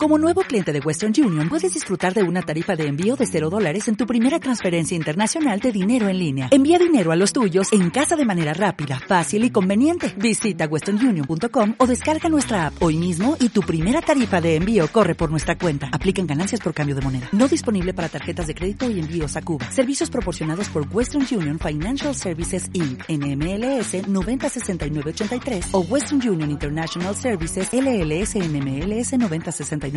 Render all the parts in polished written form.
Como nuevo cliente de Western Union, puedes disfrutar de una tarifa de envío de $0 en tu primera transferencia internacional de dinero en línea. Envía dinero a los tuyos en casa de manera rápida, fácil y conveniente. Visita westernunion.com o descarga nuestra app hoy mismo y tu primera tarifa de envío corre por nuestra cuenta. Aplican ganancias por cambio de moneda. No disponible para tarjetas de crédito y envíos a Cuba. Servicios proporcionados por Western Union Financial Services Inc. NMLS 906983 o Western Union International Services LLS NMLS 906985.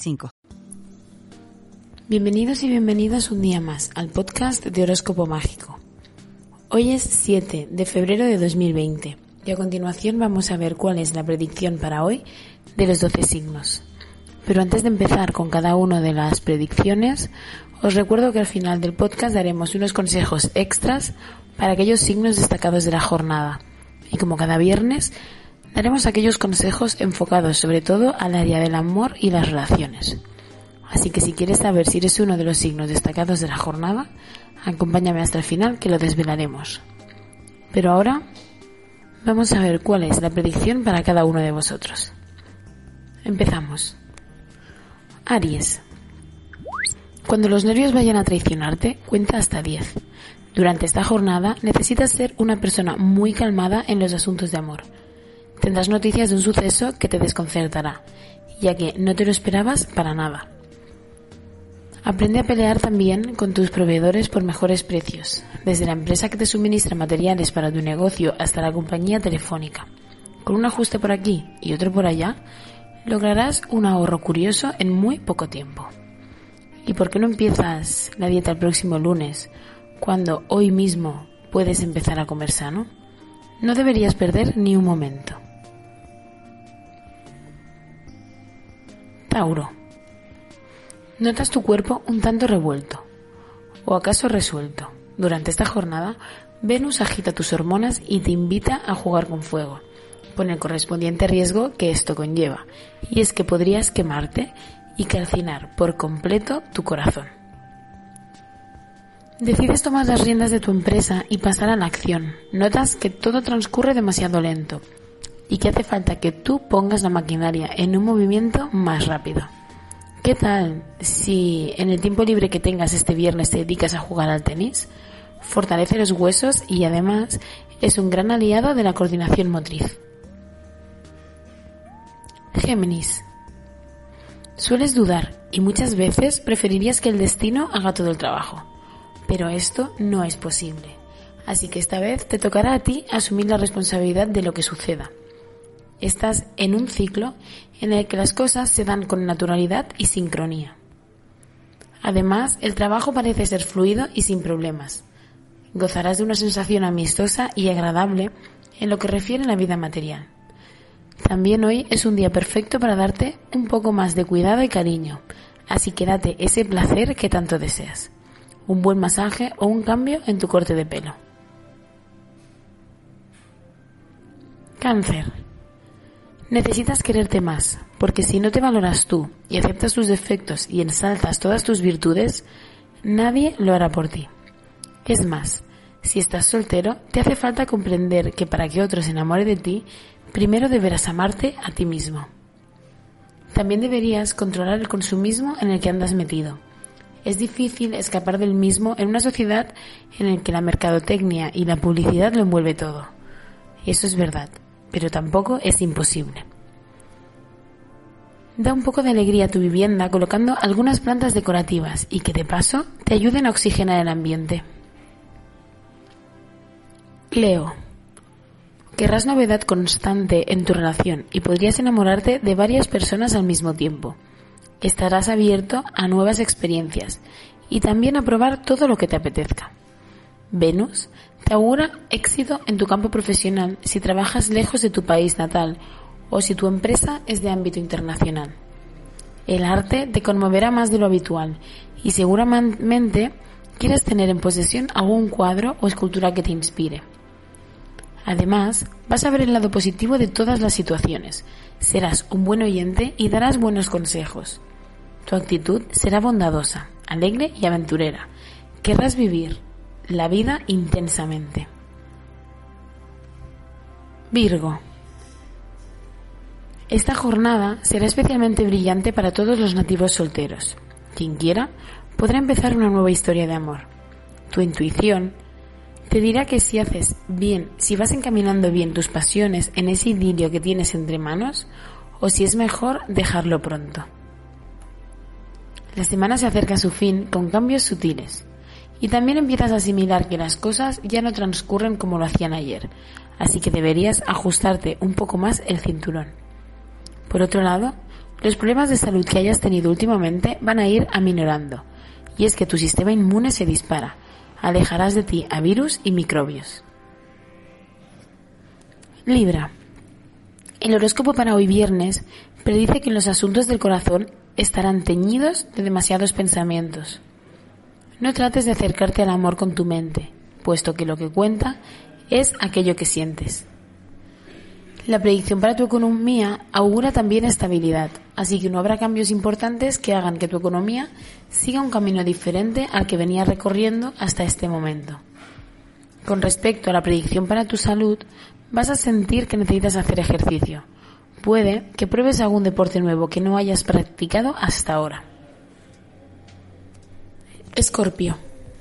Bienvenidos y bienvenidas un día más al podcast de Horóscopo Mágico. Hoy es 7 de febrero de 2020 y a continuación vamos a ver cuál es la predicción para hoy de los 12 signos. Pero antes de empezar con cada una de las predicciones, os recuerdo que al final del podcast daremos unos consejos extras para aquellos signos destacados de la jornada. Y como cada viernes, daremos aquellos consejos enfocados sobre todo al área del amor y las relaciones. Así que si quieres saber si eres uno de los signos destacados de la jornada, acompáñame hasta el final que lo desvelaremos. Pero ahora vamos a ver cuál es la predicción para cada uno de vosotros. Empezamos. Aries. Cuando los nervios vayan a traicionarte, cuenta hasta 10. Durante esta jornada necesitas ser una persona muy calmada en los asuntos de amor. Tendrás noticias de un suceso que te desconcertará, ya que no te lo esperabas para nada. Aprende a pelear también con tus proveedores por mejores precios, desde la empresa que te suministra materiales para tu negocio hasta la compañía telefónica. Con un ajuste por aquí y otro por allá, lograrás un ahorro curioso en muy poco tiempo. ¿Y por qué no empiezas la dieta el próximo lunes, cuando hoy mismo puedes empezar a comer sano? No deberías perder ni un momento. Tauro. Notas tu cuerpo un tanto revuelto, o acaso resuelto. Durante esta jornada, Venus agita tus hormonas y te invita a jugar con fuego, con el correspondiente riesgo que esto conlleva, y es que podrías quemarte y calcinar por completo tu corazón. Decides tomar las riendas de tu empresa y pasar a la acción. Notas que todo transcurre demasiado lento y que hace falta que tú pongas la maquinaria en un movimiento más rápido. ¿Qué tal si en el tiempo libre que tengas este viernes te dedicas a jugar al tenis? Fortalece los huesos y además es un gran aliado de la coordinación motriz. Géminis. Sueles dudar y muchas veces preferirías que el destino haga todo el trabajo. Pero esto no es posible. Así que esta vez te tocará a ti asumir la responsabilidad de lo que suceda. Estás en un ciclo en el que las cosas se dan con naturalidad y sincronía. Además, el trabajo parece ser fluido y sin problemas. Gozarás de una sensación amistosa y agradable en lo que refiere a la vida material. También hoy es un día perfecto para darte un poco más de cuidado y cariño, así que date ese placer que tanto deseas. Un buen masaje o un cambio en tu corte de pelo. Cáncer. Necesitas quererte más, porque si no te valoras tú y aceptas tus defectos y ensalzas todas tus virtudes, nadie lo hará por ti. Es más, si estás soltero, te hace falta comprender que para que otros se enamoren de ti, primero deberás amarte a ti mismo. También deberías controlar el consumismo en el que andas metido. Es difícil escapar del mismo en una sociedad en la que la mercadotecnia y la publicidad lo envuelve todo. Eso es verdad, pero tampoco es imposible. Da un poco de alegría a tu vivienda colocando algunas plantas decorativas y que de paso te ayuden a oxigenar el ambiente. Leo. Querrás novedad constante en tu relación y podrías enamorarte de varias personas al mismo tiempo. Estarás abierto a nuevas experiencias y también a probar todo lo que te apetezca. Venus te augura éxito en tu campo profesional si trabajas lejos de tu país natal o si tu empresa es de ámbito internacional. El arte te conmoverá más de lo habitual y seguramente quieres tener en posesión algún cuadro o escultura que te inspire. Además, vas a ver el lado positivo de todas las situaciones. Serás un buen oyente y darás buenos consejos. Tu actitud será bondadosa, alegre y aventurera. Querrás vivir la vida intensamente. Virgo. Esta jornada será especialmente brillante para todos los nativos solteros. Quien quiera podrá empezar una nueva historia de amor. Tu intuición te dirá que si vas encaminando bien tus pasiones en ese idilio que tienes entre manos, o si es mejor dejarlo pronto. La semana se acerca a su fin con cambios sutiles, y también empiezas a asimilar que las cosas ya no transcurren como lo hacían ayer, así que deberías ajustarte un poco más el cinturón. Por otro lado, los problemas de salud que hayas tenido últimamente van a ir aminorando, y es que tu sistema inmune se dispara. Alejarás de ti a virus y microbios. Libra. El horóscopo para hoy viernes predice que los asuntos del corazón estarán teñidos de demasiados pensamientos. No trates de acercarte al amor con tu mente, puesto que lo que cuenta es aquello que sientes. La predicción para tu economía augura también estabilidad, así que no habrá cambios importantes que hagan que tu economía siga un camino diferente al que venía recorriendo hasta este momento. Con respecto a la predicción para tu salud, vas a sentir que necesitas hacer ejercicio. Puede que pruebes algún deporte nuevo que no hayas practicado hasta ahora. Escorpio.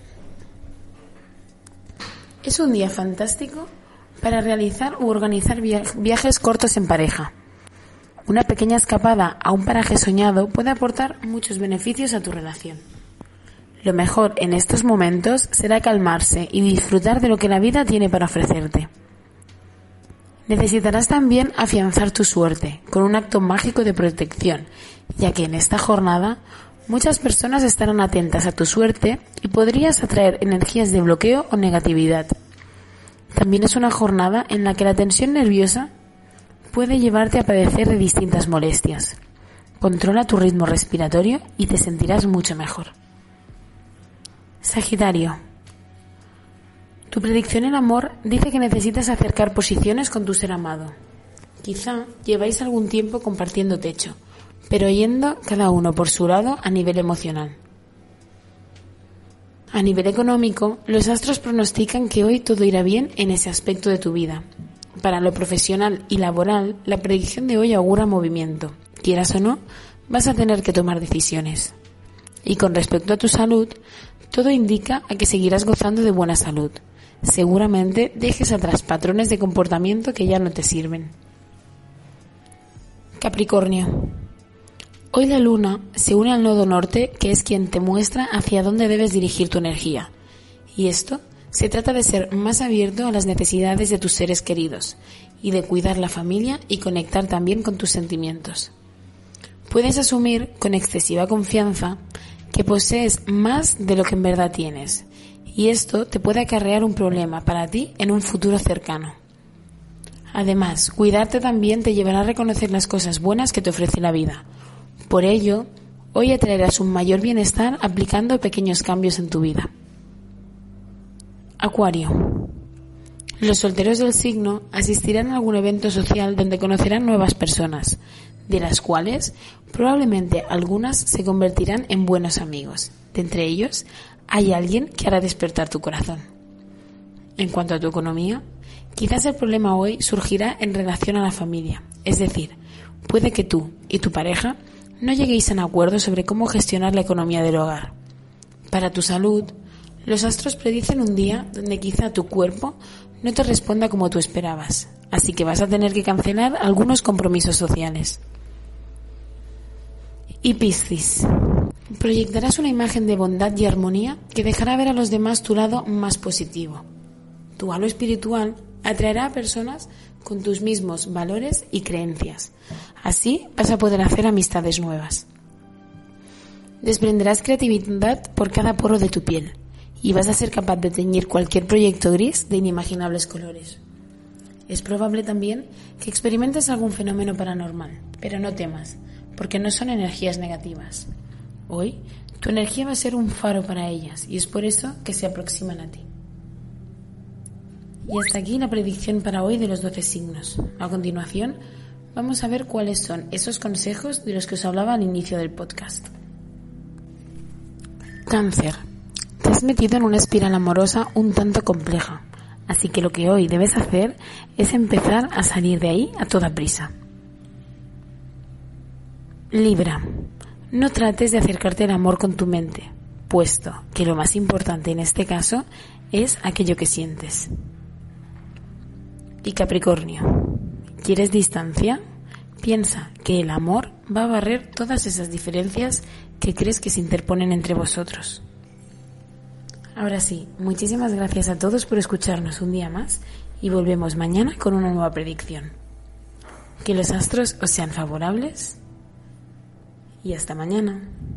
Es un día fantástico para realizar u organizar viajes cortos en pareja. Una pequeña escapada a un paraje soñado puede aportar muchos beneficios a tu relación. Lo mejor en estos momentos será calmarse y disfrutar de lo que la vida tiene para ofrecerte. Necesitarás también afianzar tu suerte con un acto mágico de protección, ya que en esta jornada muchas personas estarán atentas a tu suerte y podrías atraer energías de bloqueo o negatividad. También es una jornada en la que la tensión nerviosa puede llevarte a padecer de distintas molestias. Controla tu ritmo respiratorio y te sentirás mucho mejor. Sagitario. Tu predicción en amor dice que necesitas acercar posiciones con tu ser amado. Quizá lleváis algún tiempo compartiendo techo, pero yendo cada uno por su lado a nivel emocional. A nivel económico, los astros pronostican que hoy todo irá bien en ese aspecto de tu vida. Para lo profesional y laboral, la predicción de hoy augura movimiento. Quieras o no, vas a tener que tomar decisiones. Y con respecto a tu salud, todo indica a que seguirás gozando de buena salud. Seguramente dejes atrás patrones de comportamiento que ya no te sirven. Capricornio. Hoy la luna se une al nodo norte, que es quien te muestra hacia dónde debes dirigir tu energía. Y esto se trata de ser más abierto a las necesidades de tus seres queridos y de cuidar la familia y conectar también con tus sentimientos. Puedes asumir con excesiva confianza que posees más de lo que en verdad tienes, y esto te puede acarrear un problema para ti en un futuro cercano. Además, cuidarte también te llevará a reconocer las cosas buenas que te ofrece la vida. Por ello, hoy atraerás un mayor bienestar aplicando pequeños cambios en tu vida. Acuario. Los solteros del signo asistirán a algún evento social donde conocerán nuevas personas, de las cuales probablemente algunas se convertirán en buenos amigos. De entre ellos, hay alguien que hará despertar tu corazón. En cuanto a tu economía, quizás el problema hoy surgirá en relación a la familia. Es decir, puede que tú y tu pareja no lleguéis a un acuerdo sobre cómo gestionar la economía del hogar. Para tu salud, los astros predicen un día donde quizá tu cuerpo no te responda como tú esperabas, así que vas a tener que cancelar algunos compromisos sociales. Y Piscis. Proyectarás una imagen de bondad y armonía que dejará ver a los demás tu lado más positivo. Tu halo espiritual atraerá a personas con tus mismos valores y creencias. Así vas a poder hacer amistades nuevas. Desprenderás creatividad por cada poro de tu piel y vas a ser capaz de teñir cualquier proyecto gris de inimaginables colores. Es probable también que experimentes algún fenómeno paranormal, pero no temas, porque no son energías negativas. Hoy, tu energía va a ser un faro para ellas y es por eso que se aproximan a ti. Y hasta aquí la predicción para hoy de los 12 signos. A continuación, vamos a ver cuáles son esos consejos de los que os hablaba al inicio del podcast. Cáncer. Te has metido en una espiral amorosa un tanto compleja, así que lo que hoy debes hacer es empezar a salir de ahí a toda prisa. Libra, no trates de acercarte al amor con tu mente, puesto que lo más importante en este caso es aquello que sientes. Y Capricornio, ¿quieres distancia? Piensa que el amor va a barrer todas esas diferencias que crees que se interponen entre vosotros. Ahora sí, muchísimas gracias a todos por escucharnos un día más y volvemos mañana con una nueva predicción. Que los astros os sean favorables y hasta mañana.